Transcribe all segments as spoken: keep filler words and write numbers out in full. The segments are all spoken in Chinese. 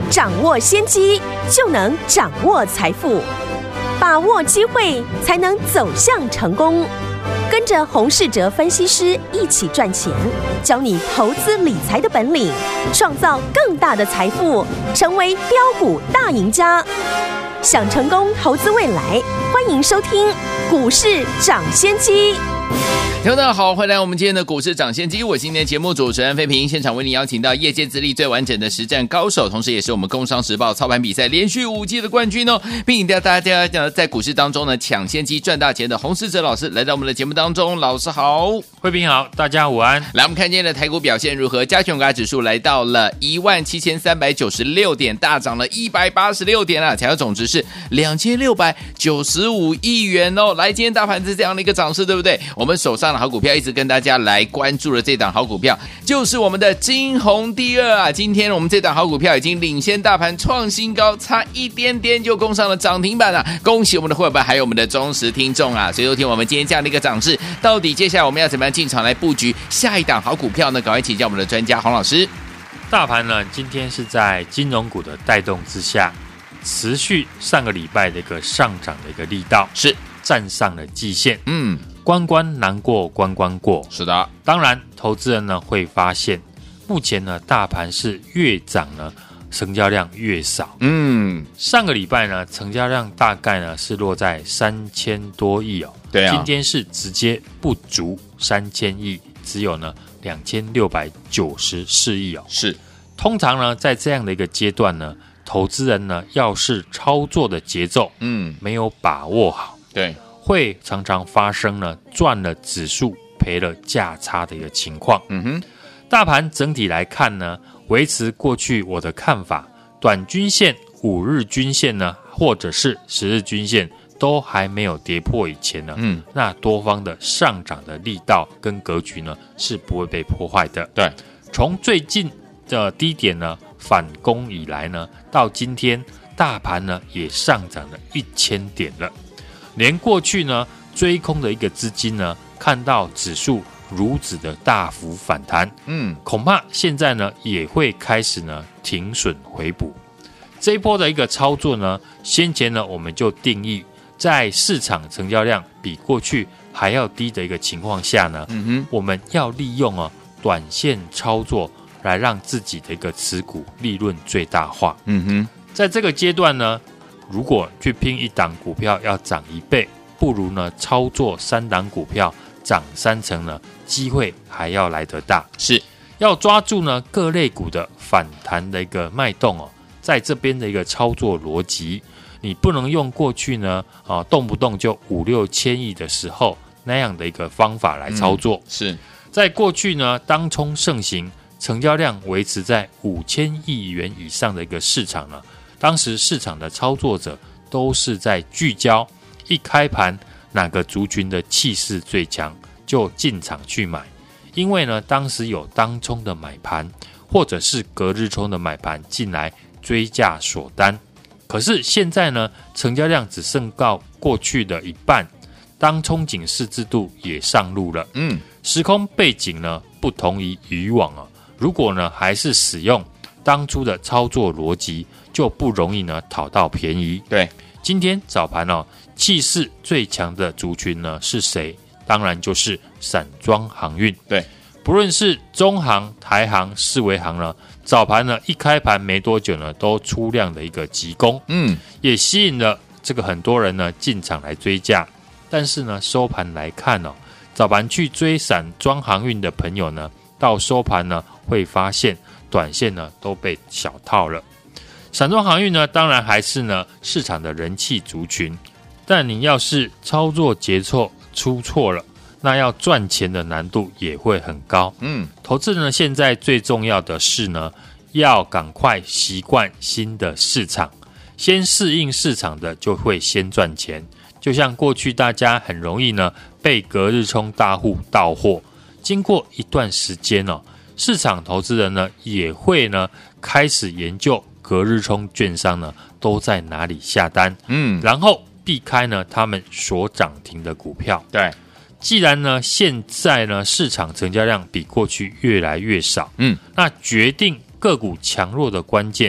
掌握先机，就能掌握财富。把握机会，才能走向成功。跟着洪士哲分析师一起赚钱，教你投资理财的本领，创造更大的财富，成为标股大赢家。想成功投资未来，欢迎收听股市涨先机。 听众大家好，欢迎来到我们今天的股市涨先机，我是今天的节目主持人飞平。现场为您邀请到业界资历最完整的实战高手，同时也是我们工商时报操盘比赛连续五季的冠军哦，并带大家在股市当中呢抢先机赚大钱的洪士哲老师来到我们的节目当中。老师好。 飞平好，大家午安。 来，我们看今天的台股表现如何？加权股价指数来到了一万七千三百九十六点，大涨了一百八十六点啊，成交总值是两千六百九十五亿元哦。来，今天大盘是这样的一个涨势，对不对？我们手上的好股票一直跟大家来关注的这档好股票就是我们的金鸿第二啊。今天我们这档好股票已经领先大盘创新高，差一点点就攻上了涨停板啊！恭喜我们的会员还有我们的忠实听众啊！所以说听我们今天这样的一个涨势，到底接下来我们要怎么样进场来布局下一档好股票呢？赶快请教我们的专家洪老师。 大盘呢，今天是在金融股的带动之下，持续上个礼拜的一个上涨的一个力道， 是站上了季线。 嗯， 关关难过关关过。 是的， 当然投资人呢会发现，目前呢大盘是越涨呢成交量越少。 嗯， 上个礼拜呢成交量大概呢是落在三千多亿哦。 对啊， 今天是直接不足三千亿，只有呢两千六百九十四亿哦。 是， 通常呢在这样的一个阶段呢，投资人呢要是操作的节奏嗯没有把握好， 对， 会常常发生呢赚了指数赔了价差的一个情况。 嗯哼， 大盘整体来看呢，维持过去我的看法，短均线、五日均线呢，或者是十日均线都还没有跌破以前呢，嗯，那多方的上涨的力道跟格局呢是不会被破坏的。 对， 从最近的低点呢反攻以来呢，到今天大盘呢也上涨了一千点了。连过去呢追空的一个资金呢，看到指数如此的大幅反弹，嗯，恐怕现在呢也会开始呢停损回补。这一波的一个操作呢，先前呢我们就定义，在市场成交量比过去还要低的一个情况下呢，嗯哼，我们要利用哦短线操作来让自己的一个持股利润最大化。嗯哼，在这个阶段呢，如果去拼一档股票要涨一倍，不如呢操作三档股票涨三成呢，机会还要来得大。 是要抓住呢各类股的反弹的一个脉动哦，在这边的一个操作逻辑，你不能用过去呢啊动不动就五六千亿的时候那样的一个方法来操作。 嗯、是在过去呢当冲盛行，成交量维持在五千亿元以上的一个市场呢，当时市场的操作者都是在聚焦一开盘哪个族群的气势最强就进场去买，因为呢当时有当冲的买盘或者是隔日冲的买盘进来追价锁单。可是现在呢成交量只剩到过去的一半，当冲警示制度也上路了，嗯，时空背景呢不同于以往啊，如果呢还是使用当初的操作逻辑，就不容易呢讨到便宜。 对， 今天早盘哦，气势最强的族群呢是谁？当然就是散装航运。 对， 不论是中航、台航、世维航呢，早盘呢一开盘没多久呢，都出量的一个急攻，嗯，也吸引了这个很多人呢进场来追价。但是呢，收盘来看哦，早盘去追散装航运的朋友呢，到收盘呢会发现短线呢都被小套了。散装航运呢，当然还是呢市场的人气族群，但你要是操作节奏出错了，那要赚钱的难度也会很高。嗯，投资人呢现在最重要的是呢，要赶快习惯新的市场，先适应市场的就会先赚钱。就像过去大家很容易呢被隔日冲大户到货，经过一段时间哦，市场投资人呢也会呢开始研究隔日冲券商呢都在哪里下单，嗯，然后避开呢他们所涨停的股票。 对， 既然呢现在呢市场成交量比过去越来越少，嗯，那决定个股强弱的关键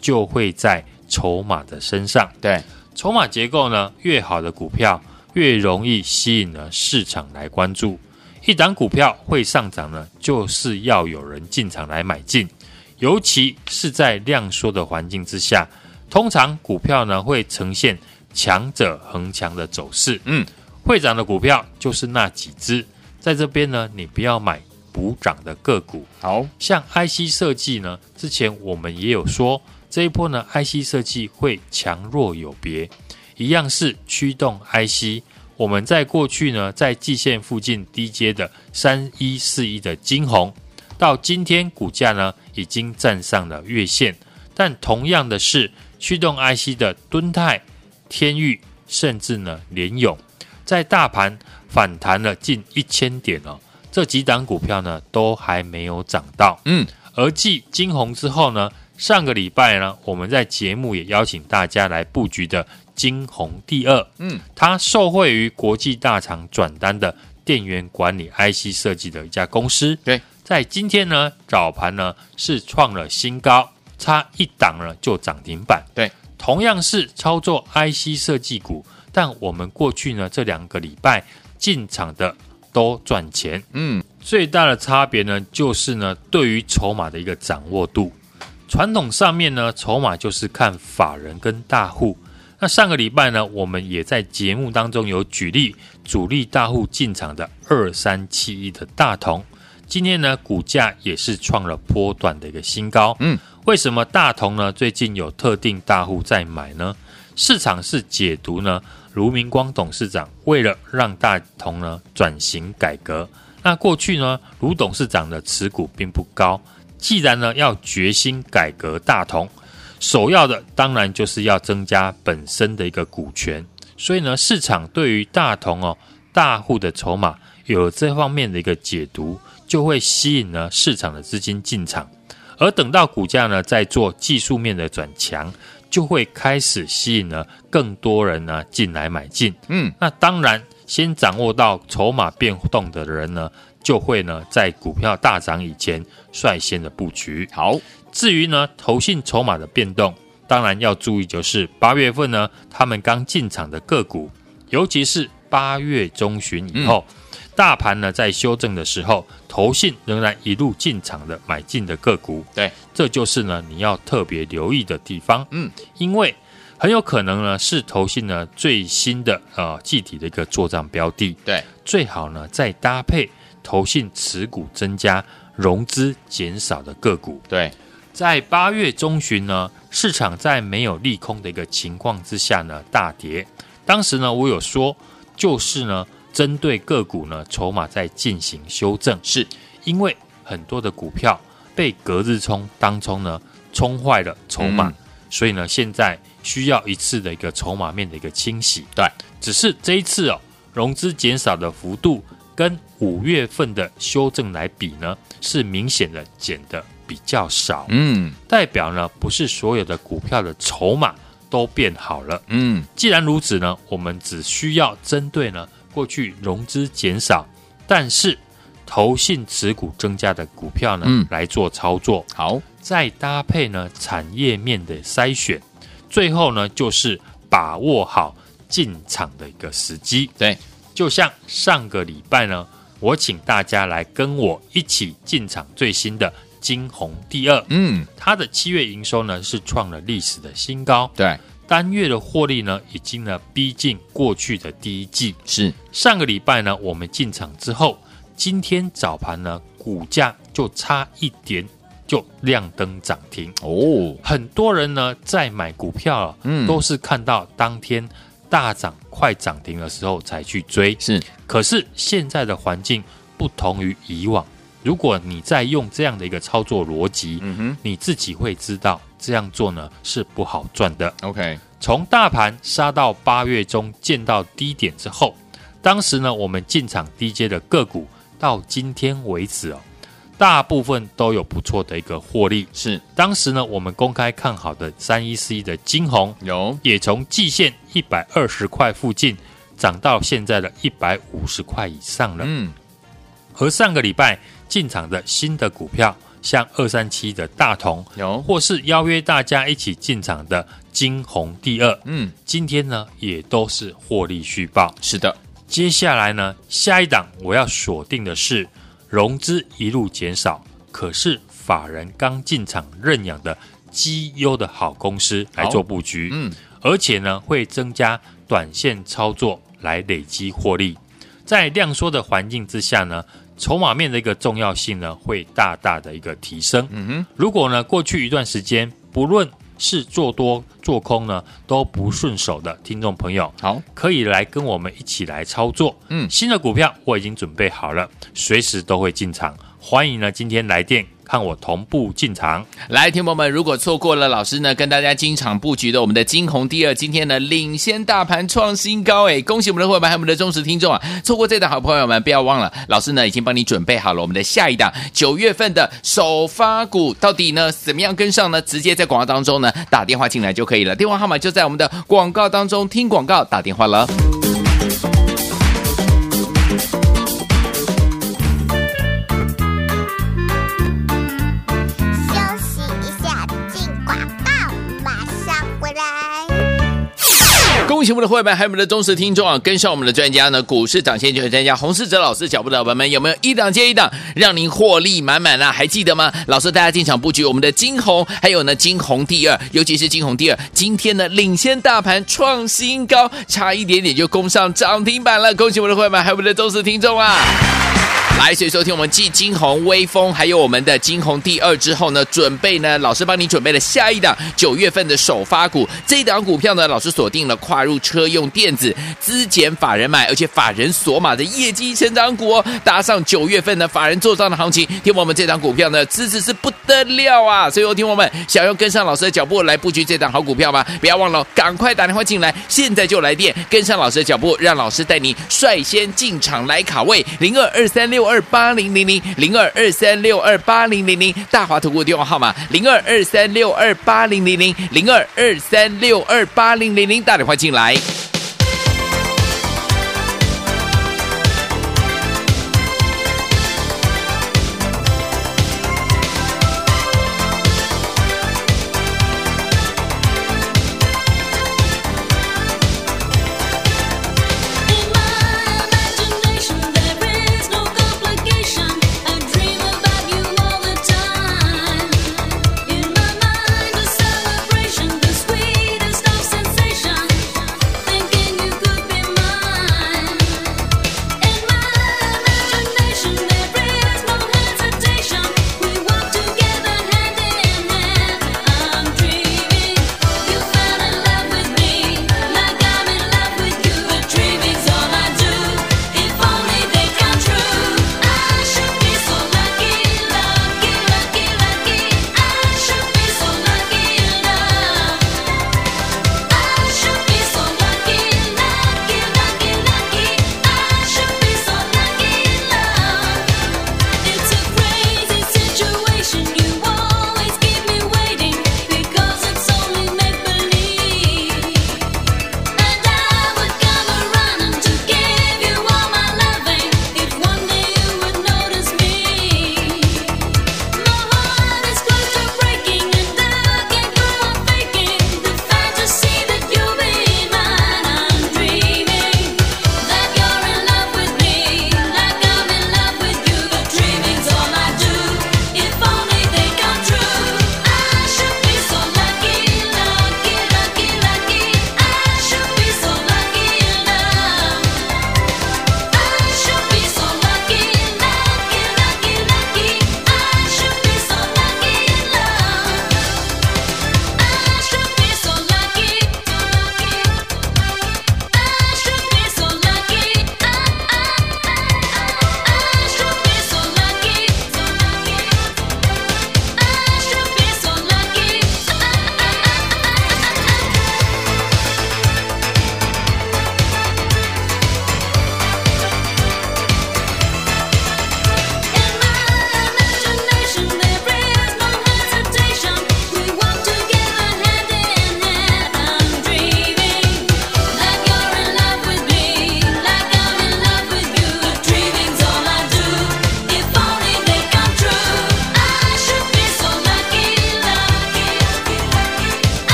就会在筹码的身上。 对， 筹码结构呢越好的股票，越容易吸引了市场来关注。一档股票会上涨呢，就是要有人进场来买进，尤其是在量缩的环境之下，通常股票呢会呈现强者恒强的走势。嗯，会涨的股票就是那几只，在这边呢，你不要买补涨的个股。 好， 像 I C 设计呢，之前我们也有说，这一波呢 I C 设计会强弱有别，一样是驱动 I C。我们在过去呢，在季线附近低阶的三一四一的金鸿，到今天股价呢已经站上了月线，但同样的是驱动 I C 的敦泰、天钰，甚至呢联咏，在大盘反弹了近一千点哦，这几档股票呢都还没有涨到。嗯，而继金鸿之后呢，上个礼拜呢，我们在节目也邀请大家来布局的金鸿第二，嗯，它受惠于国际大厂转单的电源管理 I C 设计的一家公司。 对， 在今天呢，早盘呢是创了新高，差一档呢就涨停板。 对， 同样是操作 I C 设计股，但我们过去呢这两个礼拜进场的都赚钱。嗯，最大的差别呢，就是呢对于筹码的一个掌握度。传统上面呢，筹码就是看法人跟大户。那上个礼拜呢，我们也在节目当中有举例主力大户进场的二三七一的大同，今天呢股价也是创了波段的一个新高。嗯，为什么大同呢最近有特定大户在买呢？市场是解读呢卢明光董事长为了让大同呢转型改革，那过去呢卢董事长的持股并不高，既然呢要决心改革大同，首要的当然就是要增加本身的一个股权，所以呢，市场对于大同哦大户的筹码有了这方面的一个解读，就会吸引呢市场的资金进场，而等到股价呢在做技术面的转强，就会开始吸引呢更多人呢进来买进。嗯，那当然，先掌握到筹码变动的人呢，就会呢在股票大涨以前率先的布局。 好。 至于呢，投信筹码的变动，当然要注意，就是八月份呢，他们刚进场的个股，尤其是八月中旬以后，嗯、大盘呢在修正的时候，投信仍然一路进场的买进的个股， 对， 这就是呢你要特别留意的地方。嗯，因为很有可能呢是投信呢最新的呃季底的一个作战标的， 对， 最好呢再搭配投信持股增加、融资减少的个股， 对。 在八月中旬呢，市场在没有利空的一个情况之下呢，大跌。当时呢，我有说，就是呢，针对个股呢，筹码在进行修正， 是因为很多的股票被隔日冲当冲呢冲坏了筹码，嗯、所以呢，现在需要一次的一个筹码面的一个清洗。 对， 只是这一次哦，融资减少的幅度跟五月份的修正来比呢，是明显的减的比较少，嗯，代表呢不是所有的股票的筹码都变好了，嗯，既然如此呢，我们只需要针对呢过去融资减少，但是投信持股增加的股票呢、嗯、来做操作， 好， 再搭配呢产业面的筛选，最后呢就是把握好进场的一个时机。 对， 就像上个礼拜呢，我请大家来跟我一起进场最新的金鸿第二，嗯，它的七月营收呢是创了历史的新高， 对， 单月的获利呢已经呢逼近过去的第一季。 是上个礼拜呢我们进场之后，今天早盘呢股价就差一点就亮灯涨停哦。很多人呢在买股票、啊嗯、都是看到当天大涨快涨停的时候才去追， 是， 可是现在的环境不同于以往。如果你在用这样的一个操作逻辑、嗯哼，你自己会知道这样做呢是不好赚的。 OK， 从大盘杀到八月中见到低点之后，当时呢我们进场低阶的个股，到今天为止哦，大部分都有不错的一个获利。 是， 当时呢我们公开看好的三一四一的金鸿， 有也从季线一百二十块附近涨到现在的一百五十块以上了。嗯，而上个礼拜进场的新的股票， 像二三七的大同， 有， 或是邀约大家一起进场的金鸿第二， 嗯， 今天呢也都是获利续报。 是的， 接下来呢，下一档我要锁定的是融资一路减少，可是法人刚进场认养的绩优的好公司来做布局， 嗯， 而且呢会增加短线操作来累积获利。在量缩的环境之下呢，筹码面的一个重要性呢会大大的一个提升。 嗯哼， 如果呢过去一段时间不论是做多做空呢都不顺手的听众朋友， 好， 可以来跟我们一起来操作。 嗯， 新的股票我已经准备好了，随时都会进场。欢迎呢今天来电看我同步进场。 来，听众们，如果错过了老师呢跟大家进场布局的我们的金鸿第二，今天呢领先大盘创新高，哎，恭喜我们的会员还有我们的忠实听众啊！错过这档好朋友们，不要忘了，老师呢已经帮你准备好了我们的下一档九月份的首发股，到底呢怎么样跟上呢？直接在广告当中呢打电话进来就可以了，电话号码就在我们的广告当中，听广告打电话了。恭喜我们的会员还有我们的忠实听众啊，跟上我们的专家呢，股市涨先权专家洪士哲老师脚步的伙伴们，有没有一档接一档让您获利满满啊？还记得吗？老师大家进场布局我们的金鸿，还有呢金鸿第二，尤其是金鸿第二，今天呢领先大盘创新高，差一点点就攻上涨停板了。恭喜我们的会员还有我们的忠实听众啊！来，所以收听我们继金鸿、微风还有我们的金鸿第二之后呢，准备呢老师帮你准备了下一档九月份的首发股。这一档股票呢，老师锁定了跨入车用电子、资减法人买，而且法人锁码的业绩成长股哦，搭上九月份的法人做账的行情，听我们这档股票呢，资质是不得了啊！所以有听我们想要跟上老师的脚步来布局这档好股票吗？不要忘了，赶快打电话进来，现在就来电，跟上老师的脚步，让老师带你率先进场来卡位零二二三六二八零零零零二二三六二八零零零，大华投顾电话号码零二二三六二八零零零零二二三六二八零零零，打电话进来。 Sweetest of sensations.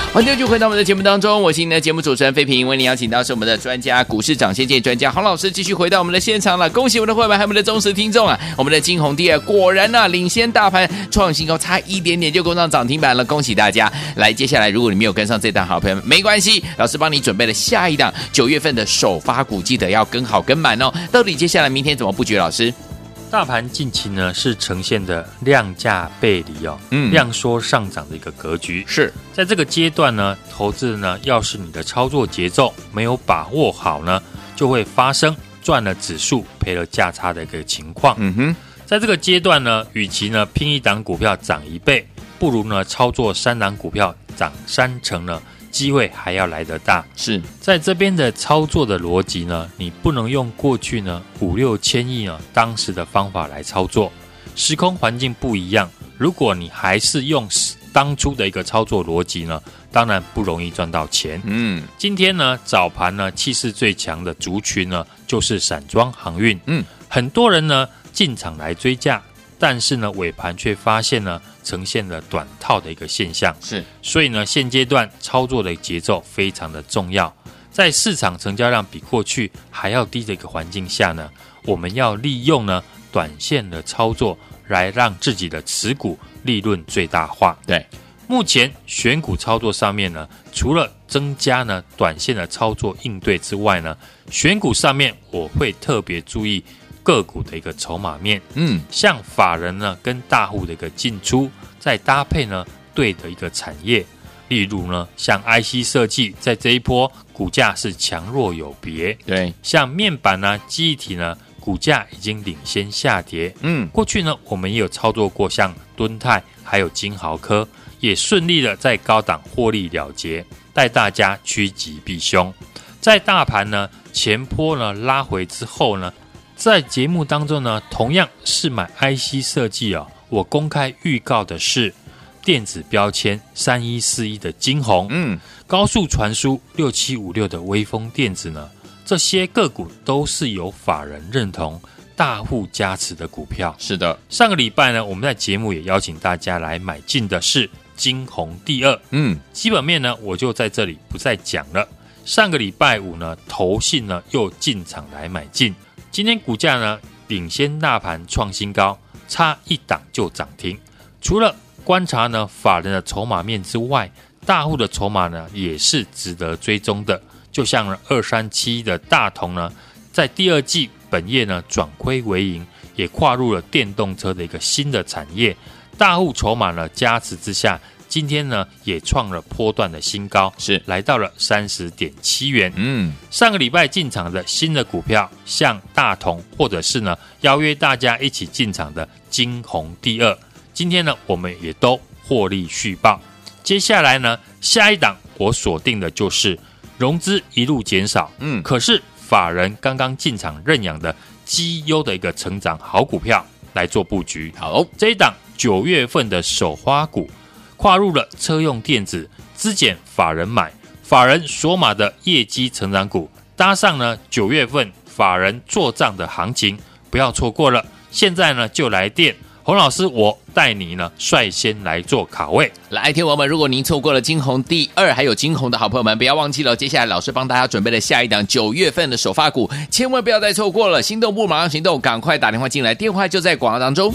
欢迎继续回到我们的节目当中，我是您的节目主持人费平，为您邀请到是我们的专家股市涨先见专家洪老师，继续回到我们的现场了。恭喜我们的会员还有我们的忠实听众啊！我们的金鸿第二果然啊领先大盘创新高，差一点点就攻上涨停板了，恭喜大家！来，接下来如果你没有跟上这档好朋友们，没关系，老师帮你准备了下一档九月份的首发股，记得要跟好跟满哦。到底接下来明天怎么布局？老师？ 大盘近期呢是呈现的量价背离哦，嗯，量缩上涨的一个格局。是在这个阶段呢，投资人呢，要是你的操作节奏没有把握好呢，就会发生赚了指数赔了价差的一个情况。嗯哼，在这个阶段呢，与其呢拼一档股票涨一倍，不如呢操作三档股票涨三成呢，机会还要来得大。是在这边的操作的逻辑呢，你不能用过去呢五六千亿呢当时的方法来操作，时空环境不一样。如果你还是用当初的一个操作逻辑呢，当然不容易赚到钱。嗯，今天呢早盘呢气势最强的族群呢就是散装航运。嗯，很多人呢进场来追价，但是呢尾盘却发现呢呈现了短套的一个现象。是，所以呢现阶段操作的节奏非常的重要。在市场成交量比过去还要低的一个环境下呢，我们要利用呢短线的操作来让自己的持股利润最大化。对，目前选股操作上面呢，除了增加呢短线的操作应对之外呢，选股上面我会特别注意个股的一个筹码面。嗯，像法人呢跟大户的一个进出，再搭配呢对的一个产业，例如呢像 I C 设计在这一波股价是强弱有别。对，像面板呢记忆体呢股价已经领先下跌。嗯，过去呢我们也有操作过像敦泰还有金豪科，也顺利的在高档获利了结，带大家趋吉避凶。在大盘呢前波呢拉回之后呢，在节目当中呢同样是买 I C 设计哦，我公开预告的是电子标签三一四一的金鸿，嗯，高速传输六七五六的微风电子呢，这些个股都是有法人认同、大户加持的股票。是的，上个礼拜呢，我们在节目也邀请大家来买进的是金鸿第二，嗯，基本面呢我就在这里不再讲了。上个礼拜五呢，投信呢又进场来买进，今天股价呢领先大盘创新高，差一档就涨停。除了观察呢法人的筹码面之外，大户的筹码呢也是值得追踪的。就像二三七一的大同呢，在第二季本业呢转亏为盈，也跨入了电动车的一个新的产业。大户筹码呢加持之下，今天呢也创了波段的新高，是来到了 三十点七元。嗯，上个礼拜进场的新的股票，像大同或者是呢邀约大家一起进场的金鸿第二，今天呢我们也都获利续报。接下来呢下一档我锁定的就是融资一路减少，嗯，可是法人刚刚进场认养的绩优的一个成长好股票来做布局。好，这一档九月份的首发股，跨入了车用电子，资减法人买，法人锁码的业绩成长股，搭上呢九月份法人做账的行情，不要错过了。现在呢就来电。洪老师，我带你呢率先来做卡位。 来，听我们，如果您错过了金鸿第二还有金鸿的好朋友们，不要忘记了，接下来老师帮大家准备了下一档九月份的首发股，千万不要再错过了。心动不马上行动，赶快打电话进来，电话就在广告当中。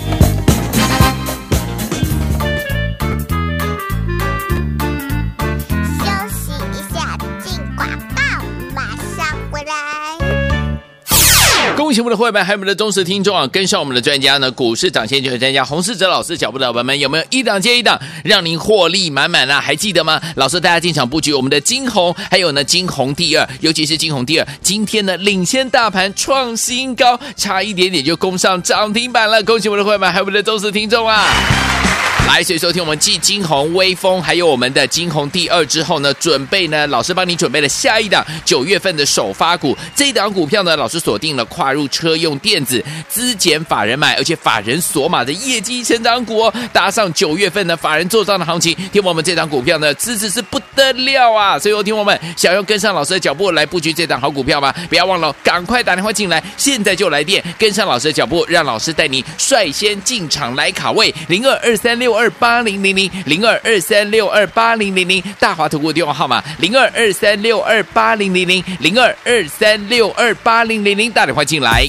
恭喜我们的会员还有我们的忠实听众啊，跟上我们的专家呢，股市涨先就是专家洪士哲老师脚步的伙伴们，有没有一档接一档让您获利满满啊？还记得吗？老师大家进场布局我们的金鸿，还有呢金鸿第二，尤其是金鸿第二，今天呢领先大盘创新高，差一点点就攻上涨停板了。恭喜我们的会员还有我们的忠实听众啊！来，所以收听我们继金鸿、微风还有我们的金鸿第二之后呢，准备呢老师帮你准备了下一档九月份的首发股。这一档股票呢，老师锁定了跨入车用电子，资减法人买，而且法人锁码的业绩成长股哦，搭上九月份的法人做账的行情，听我们这档股票呢，支持是不得了啊！所以听我们想要跟上老师的脚步来布局这档好股票吗？不要忘了，赶快打电话进来，现在就来电，跟上老师的脚步，让老师带你率先进场来卡位零二二三六六二八零零零零二二三六二八零零零，大华投顾电话号码零二二三六二八零零零零二二三六二八零零零，打电话进来。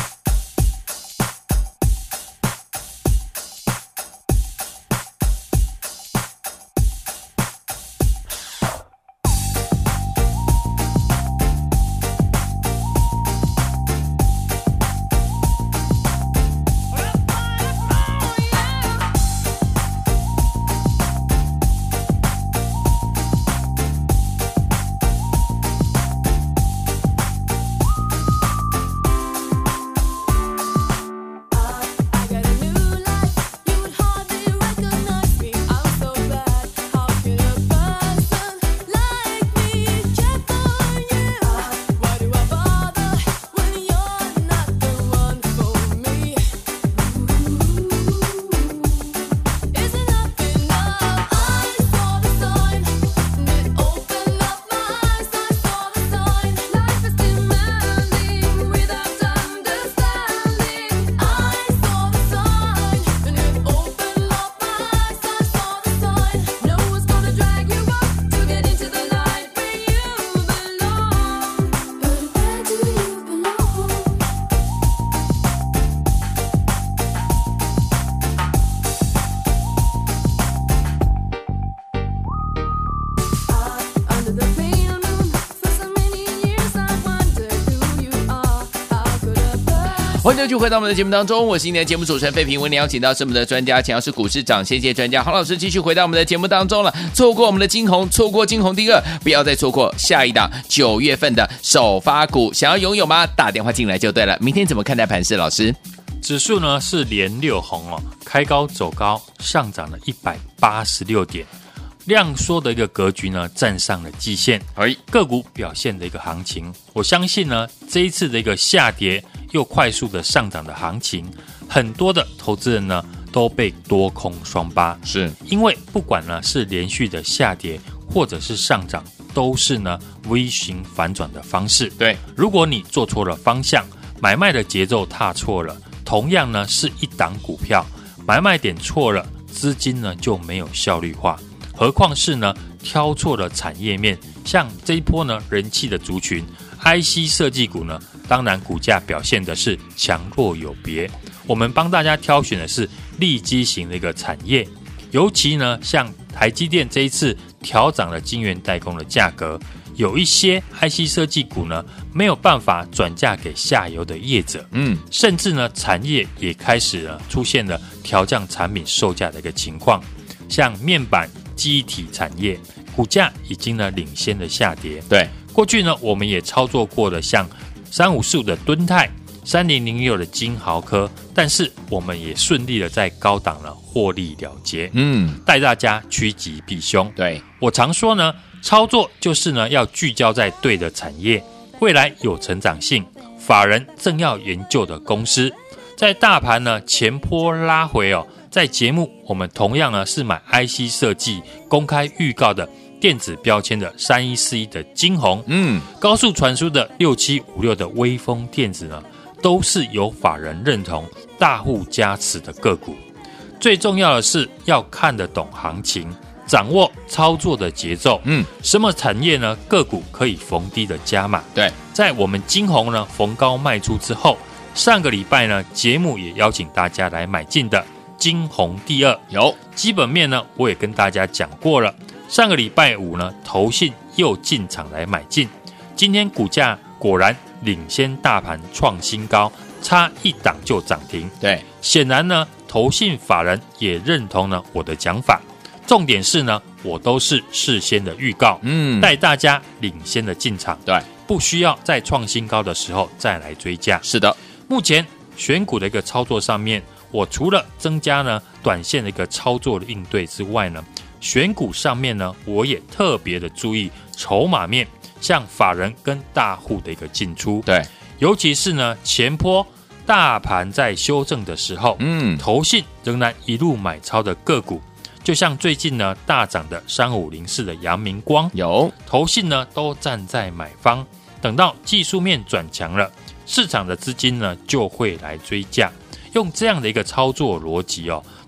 欢迎继续回到我们的节目当中，我是今天的节目主持人费平，为您邀请到是我们的专家，请到是股市涨先界专家黄老师，继续回到我们的节目当中了。错过我们的金红，错过金红第二，不要再错过下一档九月份的首发股，想要拥有吗？打电话进来就对了。明天怎么看待盘势？老师， 指数呢是连六红哦，开高走高，上涨了一百八十六点。量缩的一个格局呢，站上了季线，个股表现的一个行情，我相信呢，这一次的一个下跌又快速的上涨的行情，很多的投资人呢都被多空双巴， 是因为不管呢是连续的下跌或者是上涨，都是呢 V 型反转的方式。 对， 如果你做错了方向，买卖的节奏踏错了，同样呢是一档股票，买卖点错了，资金呢就没有效率化。何况是呢挑错了产业面，像这一波呢人气的族群 I C 设计股呢，当然股价表现的是强弱有别。我们帮大家挑选的是利基型的一个产业，尤其呢像台积电这一次调涨了晶圆代工的价格，有一些 I C 设计股呢没有办法转嫁给下游的业者，嗯，甚至呢产业也开始了出现了调降产品售价的一个情况，像面板记忆体产业股价已经呢领先的下跌。 对， 过去呢我们也操作过的像三五四五的敦泰、三零零六的金豪科，但是我们也顺利的在高档了获利了结，嗯，带大家趋吉避凶。 对， 我常说呢，操作就是呢要聚焦在对的产业，未来有成长性，法人正要研究的公司，在大盘呢前波拉回哦。在节目我们同样呢是买 I C 设计公开预告的电子标签的三一四一的金鸿，嗯，高速传输的六七五六的微风电子呢，都是有法人认同、大户加持的个股。最重要的是要看得懂行情，掌握操作的节奏。嗯，什么产业呢？个股可以逢低的加码。 对， 在我们金鸿呢逢高卖出之后，上个礼拜呢节目也邀请大家来买进的。金鸿第二有基本面呢，我也跟大家讲过了。上个礼拜五呢，投信又进场来买进，今天股价果然领先大盘创新高，差一档就涨停。 对， 显然呢，投信法人也认同呢我的讲法。重点是呢，我都是事先的预告，嗯，带大家领先的进场， 对， 不需要在创新高的时候再来追价。 是的， 目前选股的一个操作上面。我除了增加呢短线的一个操作的应对之外呢，选股上面呢，我也特别的注意筹码面，像法人跟大户的一个进出。 对， 尤其是呢前波大盘在修正的时候，嗯，投信仍然一路买超的个股，就像最近呢大涨的三五零四的阳明光， 有投信呢都站在买方，等到技术面转强了，市场的资金呢就会来追价。用这样的一个操作逻辑哦，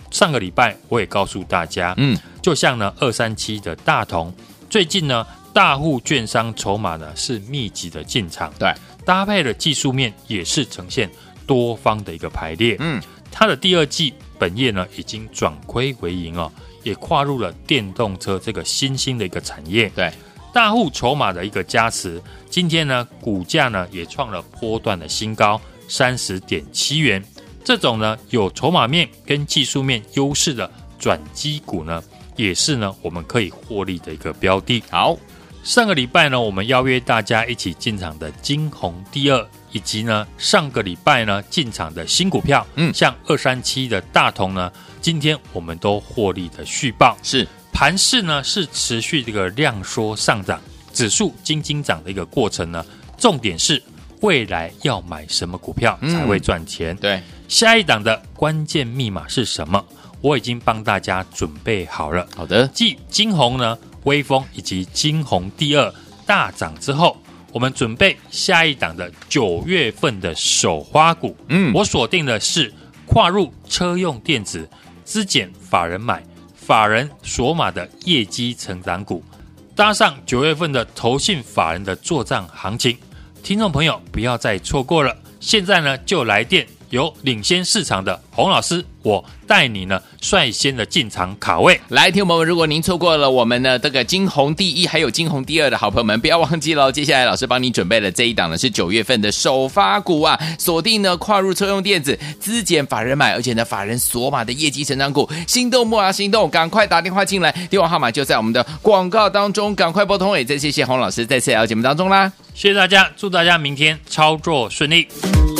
上个礼拜我也告诉大家，嗯，就像呢二三七的大同，最近呢大户券商筹码呢是密集的进场， 对， 搭配的技术面也是呈现多方的一个排列，嗯，它的第二季本业呢已经转亏为盈哦，也跨入了电动车这个新兴的一个产业， 对， 大户筹码的一个加持，今天呢股价呢也创了波段的新高，三十点七元。这种呢有筹码面跟技术面优势的转机股呢，也是呢我们可以获利的一个标的。 好， 上个礼拜呢，我们邀约大家一起进场的金鸿第二，以及呢上个礼拜呢进场的新股票，嗯，像二三七的大同呢，今天我们都获利的续报。 是， 盘势呢是持续这个量缩上涨，指数金金涨的一个过程呢，重点是未来要买什么股票才会赚钱？ 嗯、对， 下一档的关键密码是什么？我已经帮大家准备好了。 好的， 继金鸿呢、微风以及金鸿第二大涨之后，我们准备下一档的九月份的首花股。嗯，我锁定的是跨入车用电子、资减法人买、法人锁码的业绩成长股，搭上九月份的投信法人的作账行情。听众朋友不要再错过了，现在呢就来电，有领先市场的洪老师，我带你呢率先的进场卡位。 来，听众朋友们，如果您错过了我们的这个金鸿第一还有金鸿第二的好朋友们，不要忘记了，接下来老师帮你准备了这一档呢是九月份的首发股啊，锁定呢跨入车用电子、资减法人买，而且呢法人锁码的业绩成长股，心动不啊心动，赶快打电话进来，电话号码就在我们的广告当中，赶快拨通。也再谢谢洪老师再次来到节目当中啦， 谢谢大家，祝大家明天操作顺利。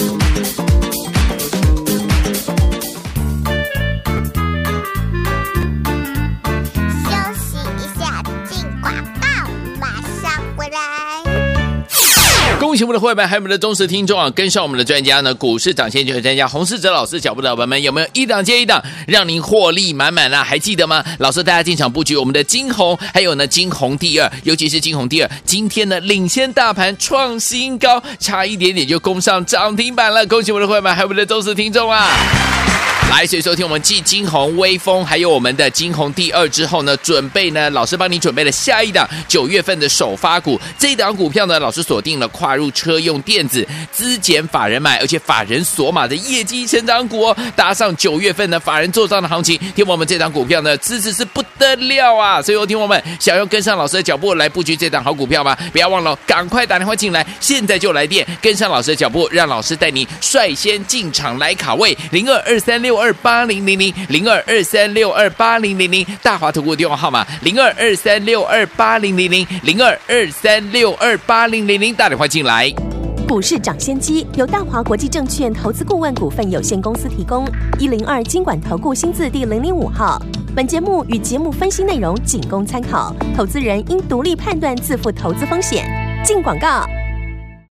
恭喜我们的会员还有我们的忠实听众啊，跟上我们的专家呢，股市涨先觉专家洪士哲老师脚步的伙伴们，有没有一档接一档让您获利满满啊？还记得吗？老师大家进场布局我们的金鸿，还有呢金鸿第二，尤其是金鸿第二，今天呢领先大盘创新高，差一点点就攻上涨停板了。恭喜我们的会员还有我们的忠实听众啊！来，所以收听我们继金鸿、微风还有我们的金鸿第二之后呢，准备呢老师帮你准备了下一档九月份的首发股。这一档股票呢，老师锁定了跨入车用电子、资减法人买，而且法人锁码的业绩成长股哦，搭上九月份的法人做账的行情，听我们这档股票呢，支持是不得了啊！所以听我们想要跟上老师的脚步来布局这档好股票吗？不要忘了，赶快打电话进来，现在就来电，跟上老师的脚步，让老师带你率先进场来卡位零二二三六二八零零零零二二三六二八零零零，大华投顾电话号码零二二三六二八零零零零二二三六二八零零零，打电话进来。 股市涨先机由大华国际证券投资顾问股份有限公司提供，一零二金管投顾新字第零零五号。本节目与节目分析内容仅供参考，投资人应独立判断，自负投资风险。进广告。